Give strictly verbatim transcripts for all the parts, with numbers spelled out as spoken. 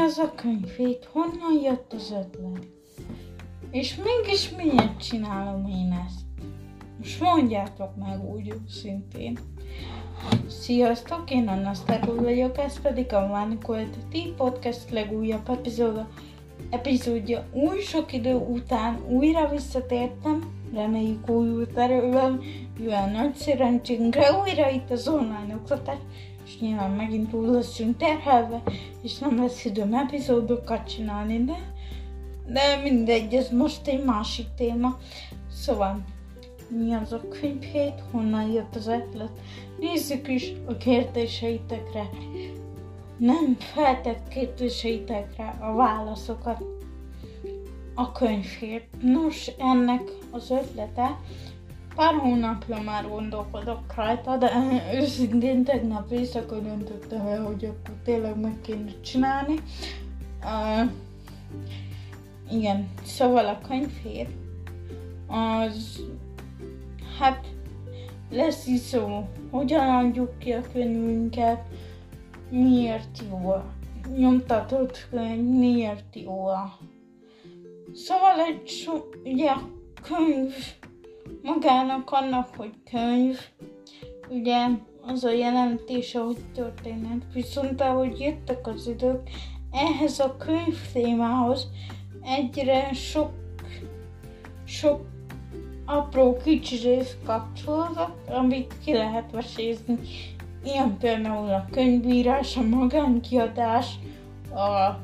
az a könyvét, honnan jött az ötlet? És mégis miért csinálom én ezt? Most mondjátok meg úgy őszintén. Sziasztok, én Anna Sztárul vagyok, ez pedig a Vánikolt Tea Podcast legújabb epizódja. epizódja. Új sok idő után újra visszatértem, reméljük újult erővel, mivel nagy szerencsénkre újra itt az online oktatás, és nyilván megint túl leszünk terhelve, és nem lesz időm epizódokat csinálni, de, de mindegy, ez most egy másik téma. Szóval, mi az a könyvhét, honnan jött az ötlet? Nézzük is a kérdéseitekre, nem feltett kérdéseitekre a válaszokat. A könyvhét. Nos, ennek az ötlete, pár hónapja már gondolkodok rajta, de őszintén tegnap éjszaka döntöttem el, hogy akkor tényleg meg kéne csinálni. Uh, igen, szóval a könyvhét az, hát lesz is szó, hogyan adjuk ki a könyvünket, miért jó a nyomtatott könyv, miért jó a... Szóval egy so, ugye a könyv magának annak, hogy könyv, ugye az a jelentése, hogy történet, viszont ahogy jöttek az idők, ehhez a könyv témához egyre sok, sok apró kicsi rész kapcsolódott, amit ki lehet vesézni. Ilyen például a könyvírás, a magánkiadás, a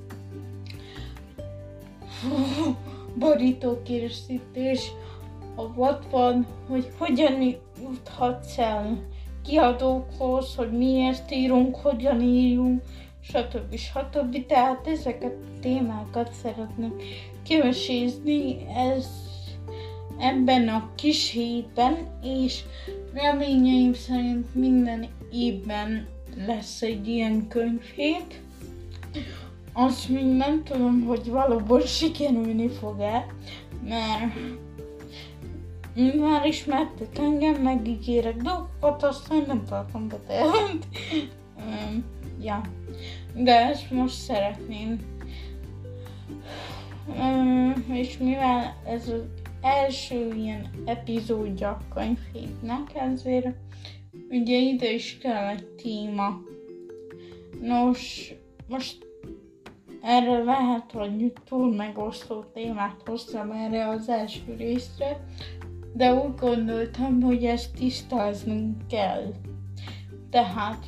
borítókészítés, a Wattpad, hogy hogyan juthatsz el kiadókhoz, hogy miért írunk, hogyan írjunk, stb. stb. Tehát ezeket a témákat szeretném kivesézni ez, ebben a kis hétben, és reményeim szerint minden évben lesz egy ilyen könyvhét. Azt még nem tudom, hogy valóban sikerülni fog-e, mert már ismertek engem, megígérek dolgokat, aztán nem tartom be tehát. um, ja. De ezt most szeretném. Um, és mivel ez az első ilyen epizódja a könyvhétnek, ezért ugye ide is kell egy téma. Nos, most erre lehet, hogy túl megosztó témát hoztam erre az első részre, de úgy gondoltam, hogy ezt tisztáznunk kell. Tehát,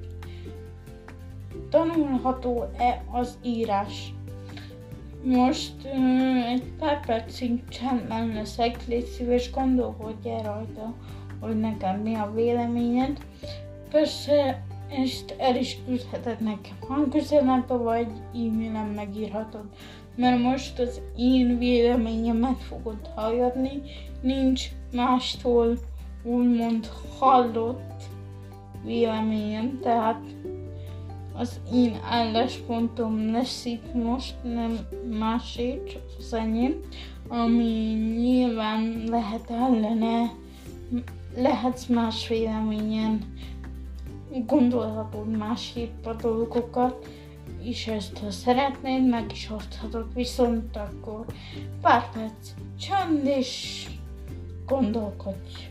tanulható-e az írás? Most uh, egy pár percig csendben leszek, légy szíves, gondolkodj el rajta, hogy nekem mi a véleményed. Persze ezt el is küldheted nekem hangüzenetbe, vagy e-mailen megírhatod, mert most az én véleményemet fogod hallani, nincs mástól úgymond hallott véleményem, tehát az én álláspontom lesz itt most, nem másé, csak az enyém, ami nyilván lehet ellene, lehetsz más véleményen, gondolhatod másképp a dolgokat, és ezt ha szeretnéd, meg is oszthatod, viszont akkor pár perc csend és gondolkodj.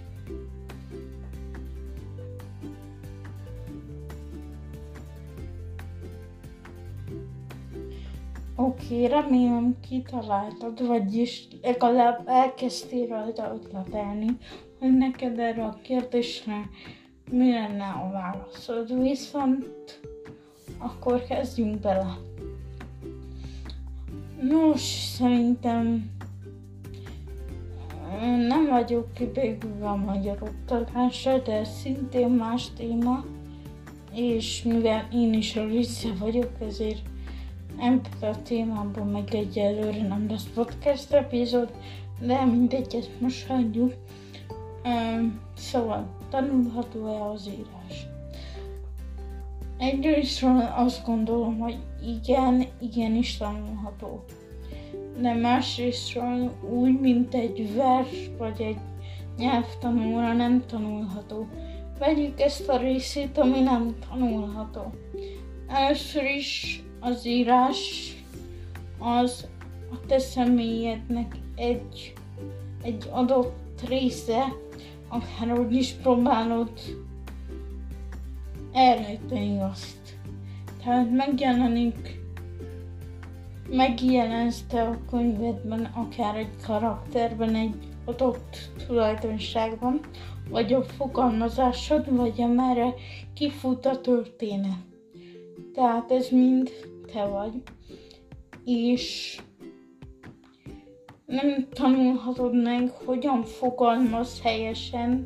Oké, remélem kitaláltad, vagyis legalább elkezdtél rajta ötletelni, hogy neked erre a kérdésre mi lenne a válaszod, viszont akkor kezdjünk bele. Nos, szerintem nem vagyok kibékülve a magyar oktatásra, de szintén más téma, és mivel én is a része vagyok, ezért ebből a témában meg egyelőre nem lesz podcast epizód, de mindegy, ezt most hagyjuk. Um, szóval, tanulható-e az írás? Egyrésztről azt gondolom, hogy igen, igenis tanulható. De másrésztről úgy, mint egy vers vagy egy nyelvtanóra nem tanulható. Vegyük ezt a részét, ami nem tanulható. Először is az írás az a te személyednek egy, egy adott része, akárhogy is próbálod elrejteni azt. Tehát megjelenik, megjelensz te a könyvedben, akár egy karakterben, egy adott tulajdonságban, vagy a fogalmazásod, vagy amerre kifut a történet. Tehát ez mind te vagy. És nem tanulhatod meg, hogyan fogalmaz helyesen,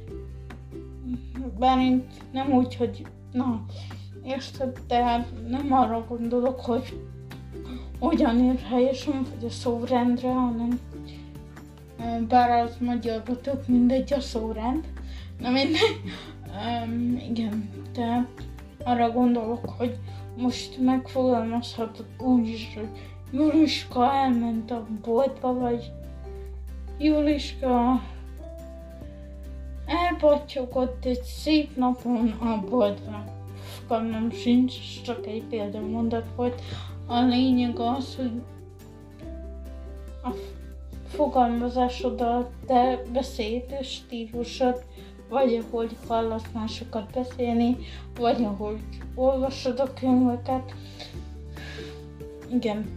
bármint nem úgy, hogy na, érted, tehát nem arra gondolok, hogy hogyan ír helyesen, vagy a szórendre, hanem bár az magyarban tök mindegy a szórend, na mindegy. Um, igen, tehát arra gondolok, hogy most megfogalmazhatod úgy is, hogy Juliska elment a boltba, vagy Juliska elpattyogott egy szép napon a boltban. Fogalmam sincs, csak egy példamondat volt. A lényeg az, hogy a fogalmazásod, a te beszédes stílusod, vagy ahogy hallasz másokat beszélni, vagy ahogy olvasod a könyveket. Igen.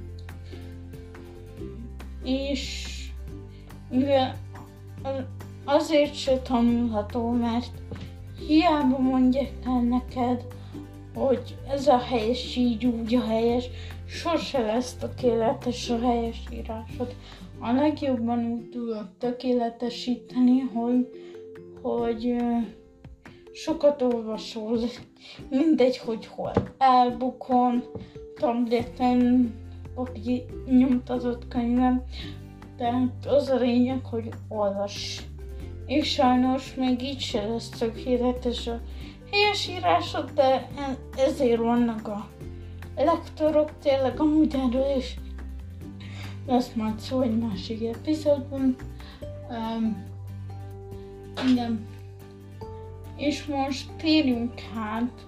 És mivel azért se tanulható, mert hiába mondják el neked, hogy ez a helyes így, úgy a helyes, sose lesz tökéletes a helyes írásod. A legjobban úgy tudod tökéletesíteni, hogy, hogy sokat olvasol, mindegy, hogy hol, elbukon, tableten, aki nyomtatott könyvem, tehát az a lényeg, hogy olvass. És sajnos még így se lesz tökéletes a helyes írásod, de ezért vannak a lektorok, tényleg amúgy erről is lesz majd szó egy másik epizódban. Um, igen. És most térjünk hát.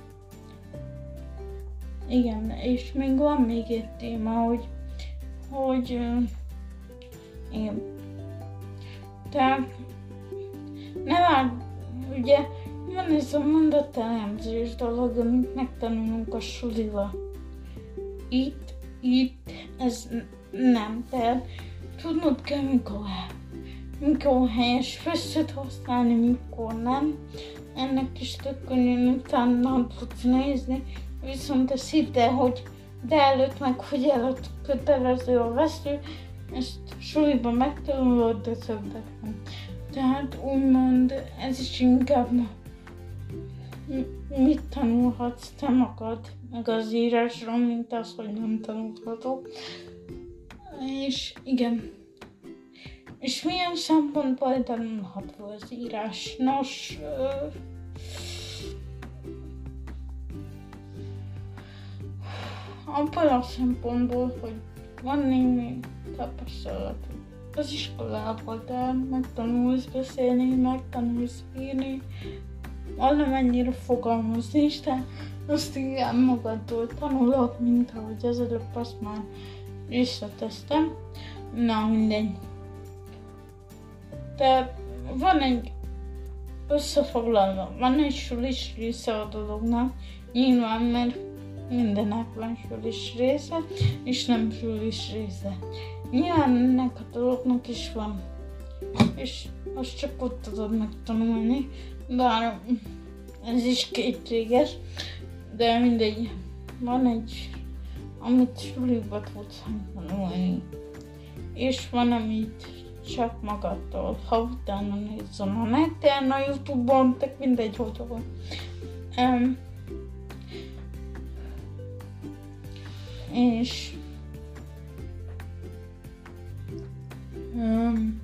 Igen, és még van még egy téma, hogy, hogy uh, igen. Tehát ne várj, ugye van ez a mondatelemzés dolog, amit megtanulunk a suliba. Itt, itt, ez nem, tehát tudnod kell, mikor, mikor helyes főszöt használni, mikor nem. Ennek is tök könnyen utána tudsz nézni, viszont ezt hidd el, hogy de előtt meg hogy előtt kötelező a vesző, ezt suliban megtanulod, de többet nem. Tehát úgymond ez is inkább mit tanulhatsz te magad, meg az írásról, mint az, hogy nem tanulható. És igen. És milyen szempontból tanulható az írás? Nos, uh, abban a szempontból, hogy van némi tapasztalat az iskolában, de megtanulsz beszélni, megtanulsz írni, valamennyire fogalmazni is, de azt igen magadtól tanulod, mint ahogy az előbb azt már részleteztem. Na mindegy. Tehát van egy összefoglalva, van egy sulis része a dolognak, nyilván, mert mindennek van sulis része, és nem sulis része. Nyilván ennek a dolognak is van, és azt csak ott tudod megtanulni, bár ez is kétséges, de mindegy, van egy, amit suliba tudsz tanulni, és van, amit csak magadtól, ha utána nézzem a neten, a Youtube-on, tök mindegy, hogy hol. Um, és um,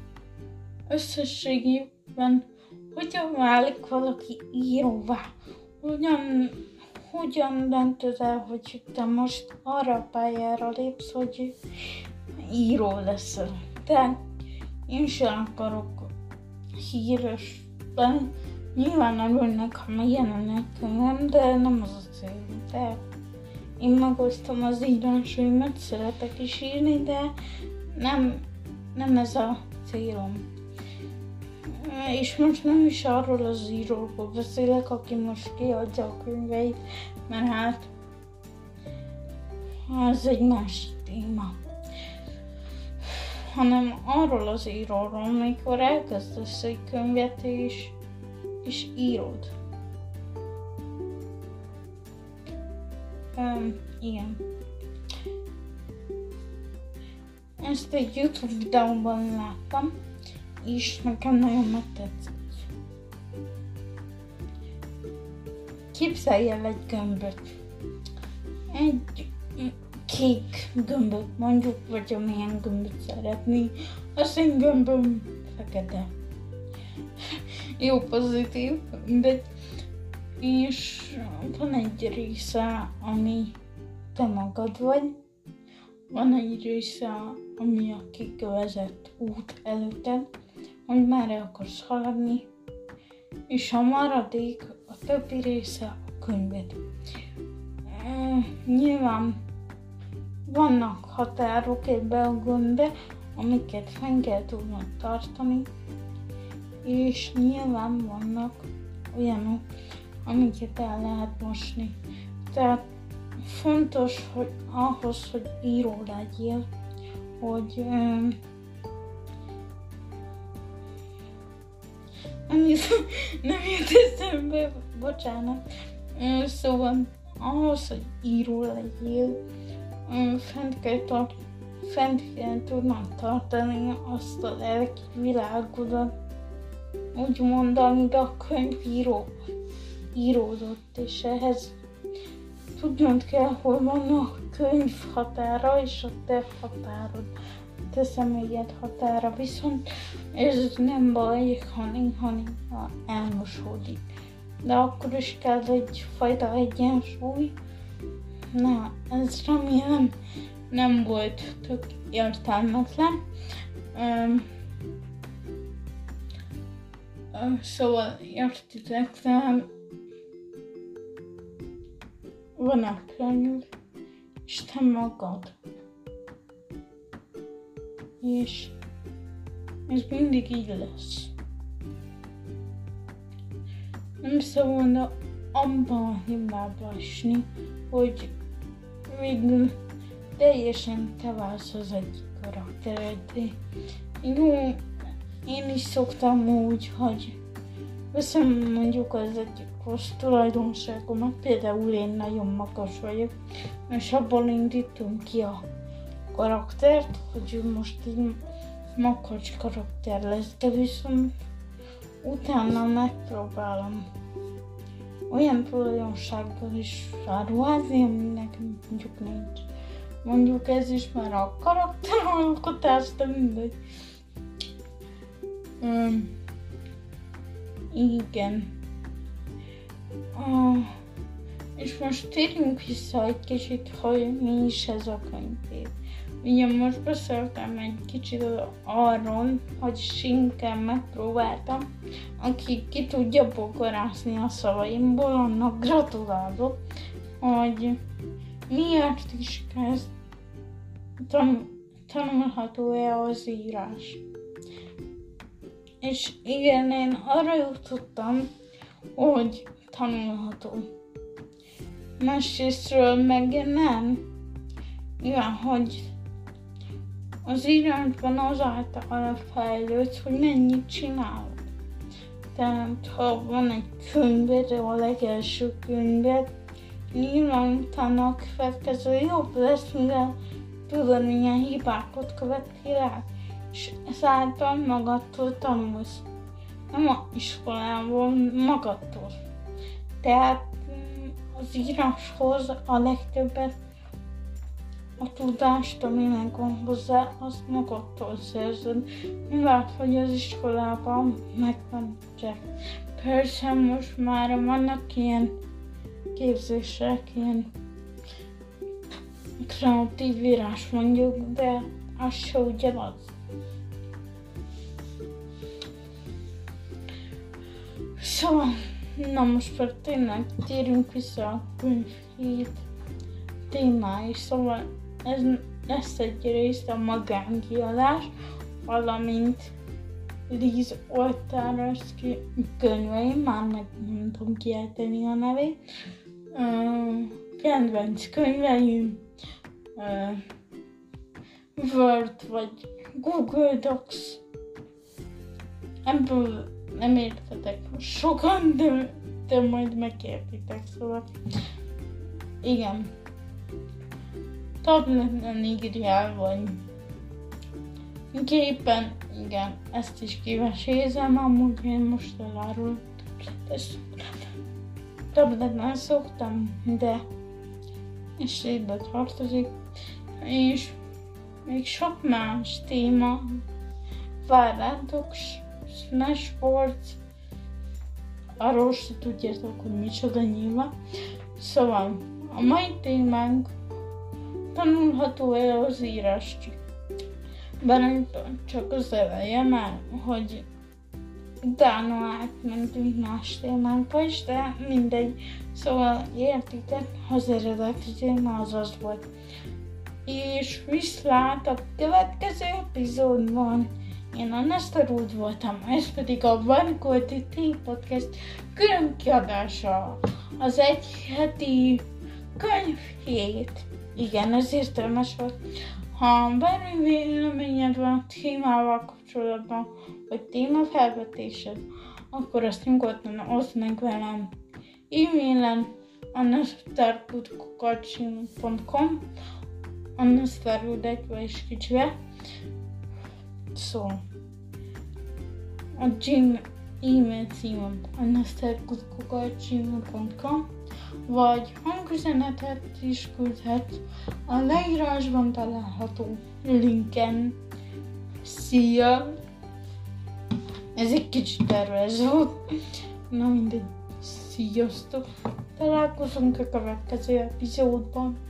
összességében hogyan válik valaki íróvá? Hogyan, hogyan döntöd el, hogy te most arra a pályára lépsz, hogy író leszel? Tehát én sem akarok híres lenni. Nyilván örülnek, ha megjelen egy könyvem, de nem az a cél. Tehát én megosztom az írásaimat, szeretek is írni, de nem, nem ez a célom. És most nem is arról az íróról beszélek, aki most kiadja a könyveit, mert hát ez egy más téma. Hanem arról az íróról, amikor elkezdesz egy könyvet és, és írod. Um, igen. Ezt egy YouTube videóban láttam, és nekem nagyon megtetszett. Képzelj el egy gömböt. Egy kék gömböt mondjuk, vagy amilyen gömböt szeretni. Az én gömböm fekete. Jó, pozitív, de és van egy része, ami te magad vagy, van egy része, ami a kikövezett út előtted, hogy merre akarsz haladni, és a maradék, a többi része a könyved. E, nyilván vannak határok ebbe a gömbbe, amiket fenn kell tudnod tartani, és nyilván vannak olyanok, amiket el lehet mosni. Tehát fontos, hogy ahhoz, hogy író legyél, hogy um, nem jut, nem jut eszembe, bocsánat. Um, szóval ahhoz, hogy író legyél, um, fent kell tart, fent kell tudnod tartani azt a lelki világodat, úgymond, amiben a könyvíró íródott, és ehhez tudnod kell, hol van a könyv határa és a te határod, a te személyed határa, viszont ez nem baj, ha néha néha elmosódik. De akkor is kell egyfajta egyensúly. Na, ez remélem nem volt tök értelmetlen. Um, um, szóval értitek, de van a könyv, és te magad. És ez mindig így lesz. Nem szabad abban a hibába esni, hogy végül teljesen te válsz az egyik karakteredé. Jó, én is szoktam úgy, hogy veszem mondjuk az egyik rossz tulajdonságomat, például én nagyon magas vagyok, és abból indítom ki a karaktert, hogy most így makacs karakter lesz, de viszont utána megpróbálom olyan tulajdonsággal is ráruházni, ami nekem mondjuk nincs. Mondjuk ez is már a karakteralkotás, de mindegy. Um, igen. Uh, és most térjünk vissza egy kicsit, hogy mi is ez a könyv. Ugye most beszéltem egy kicsit arról, hogy Sinken megpróbáltam, aki ki tudja bogarászni a szavaimból, annak gratulálok, hogy miért is kezd tan- tanulható-e az írás. És igen, én arra jutottam, hogy tanulható. Másrésztről meg nem. Igen, hogy az írásban azáltal fejlődsz, hogy mennyit csinálod. Tehát ha van egy könyved, a legelső könyved, nyilván utána a következő jobb lesz, mivel tudod, milyen hibákat követtél el, és ezáltal magadtól tanulsz. Nem a iskolából, magadtól. Tehát az íráshoz a legtöbbet, a tudást, ami megvan hozzá, azt magadtól szerzed, mivel hogy az iskolában megtanítják. Persze most már vannak ilyen képzések, ilyen kreatív írás mondjuk, de az se ugyanaz. Szóval, na most már tényleg térjünk vissza a könyv hét témái, szóval ez lesz egy rész a magánkiadás, valamint Liz Oltárowski könyveim, már meg nem tudom kiejteni a nevét, uh, kedvenc könyveim, uh, Word vagy Google Docs. Ebből nem értetek sokan, de, de majd megértitek, szóval igen. Tableten írjál vagy gépen, igen, ezt is kivesézem, amúgy én most elárulom tabletes. Tableten szoktam, de és ide tartozik, és még sok más téma vár rátok, Smashboards, arról se tudjátok, hogy micsoda nyilván. Szóval a mai témánk tanulható-e az írás? Bár csak az eleje már, hogy utána átmentünk más témánkba is, de mindegy. Szóval értitek, az eredeti téma az az volt. És viszlát a következő epizódban. Én a Nestorud voltam, ez pedig a One Quality Podcast külön kiadása. Az egy heti könyvhét. Igen, ez értelmes volt. Ha bármi véleményed van a témával kapcsolatban, vagy témafelvetésed, akkor azt nyugodtan oszd meg velem e-mailen a nestorud kukac gmail pont com, a Nestorud egybe is kicsivel. Szóval a Gmail e-mail címem a nestorud kukac gmail pont com, vagy hangüzenetet is küldhet a leírásban található linken. Szia! Ez egy kicsit tervező volt. Na mindegy. Sziasztok! Találkozunk a következő epizódban.